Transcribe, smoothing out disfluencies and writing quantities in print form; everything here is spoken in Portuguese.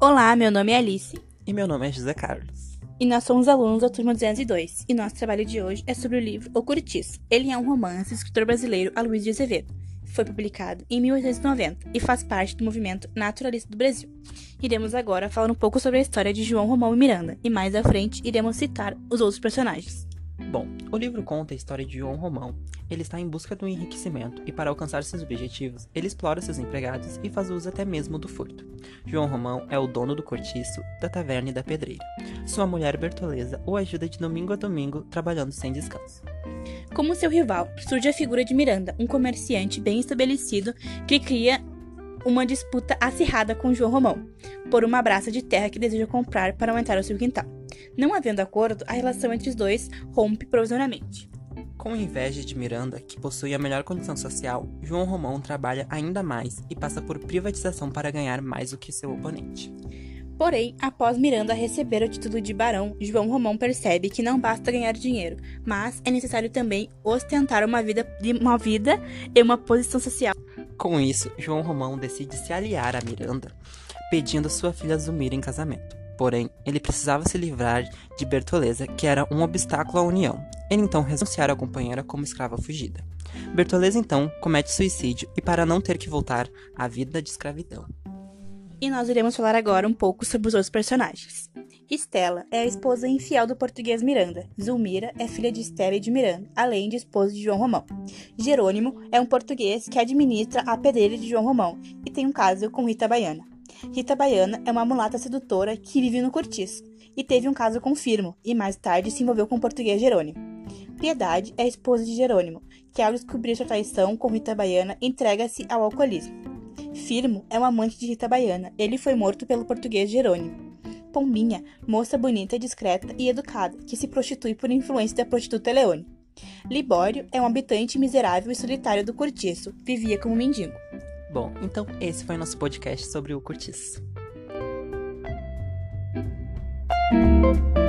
Olá, meu nome é Alice. E meu nome é José Carlos. E nós somos alunos da turma 202. E nosso trabalho de hoje é sobre o livro O Curtiço. Ele é um romance do escritor brasileiro Aloysio de Azevedo. Foi publicado em 1890 e faz parte do movimento naturalista do Brasil. Iremos agora falar um pouco sobre a história de João Romão e Miranda. E mais à frente iremos citar os outros personagens. Bom, o livro conta a história de João Romão. Ele está em busca do enriquecimento e, para alcançar seus objetivos, ele explora seus empregados e faz uso até mesmo do furto. João Romão é o dono do cortiço, da taverna e da pedreira. Sua mulher Bertoleza o ajuda de domingo a domingo, trabalhando sem descanso. Como seu rival, surge a figura de Miranda, um comerciante bem estabelecido que cria uma disputa acirrada com João Romão, por uma braça de terra que deseja comprar para aumentar o seu quintal. Não havendo acordo, a relação entre os dois rompe provisoriamente. Com inveja de Miranda, que possui a melhor condição social, João Romão trabalha ainda mais e passa por privatização para ganhar mais do que seu oponente. Porém, após Miranda receber o título de barão, João Romão percebe que não basta ganhar dinheiro, mas é necessário também ostentar uma vida e uma posição social. Com isso, João Romão decide se aliar a Miranda, pedindo sua filha Zulmira em casamento. Porém, ele precisava se livrar de Bertoleza, que era um obstáculo à união. Ele então renunciar à companheira como escrava fugida. Bertoleza então comete suicídio e para não ter que voltar à vida de escravidão. E nós iremos falar agora um pouco sobre os outros personagens. Estela é a esposa infiel do português Miranda. Zulmira é filha de Estela e de Miranda, além de esposa de João Romão. Jerônimo é um português que administra a pedreira de João Romão e tem um caso com Rita Baiana. Rita Baiana é uma mulata sedutora que vive no cortiço e teve um caso com Firmo e mais tarde se envolveu com o português Jerônimo. Piedade é a esposa de Jerônimo, que ao descobrir sua traição com Rita Baiana entrega-se ao alcoolismo. Firmo é um amante de Rita Baiana, ele foi morto pelo português Jerônimo. Pombinha, moça bonita, discreta e educada, que se prostitui por influência da prostituta Leone. Libório é um habitante miserável e solitário do cortiço, vivia como mendigo. Bom, então esse foi nosso podcast sobre o cortiço.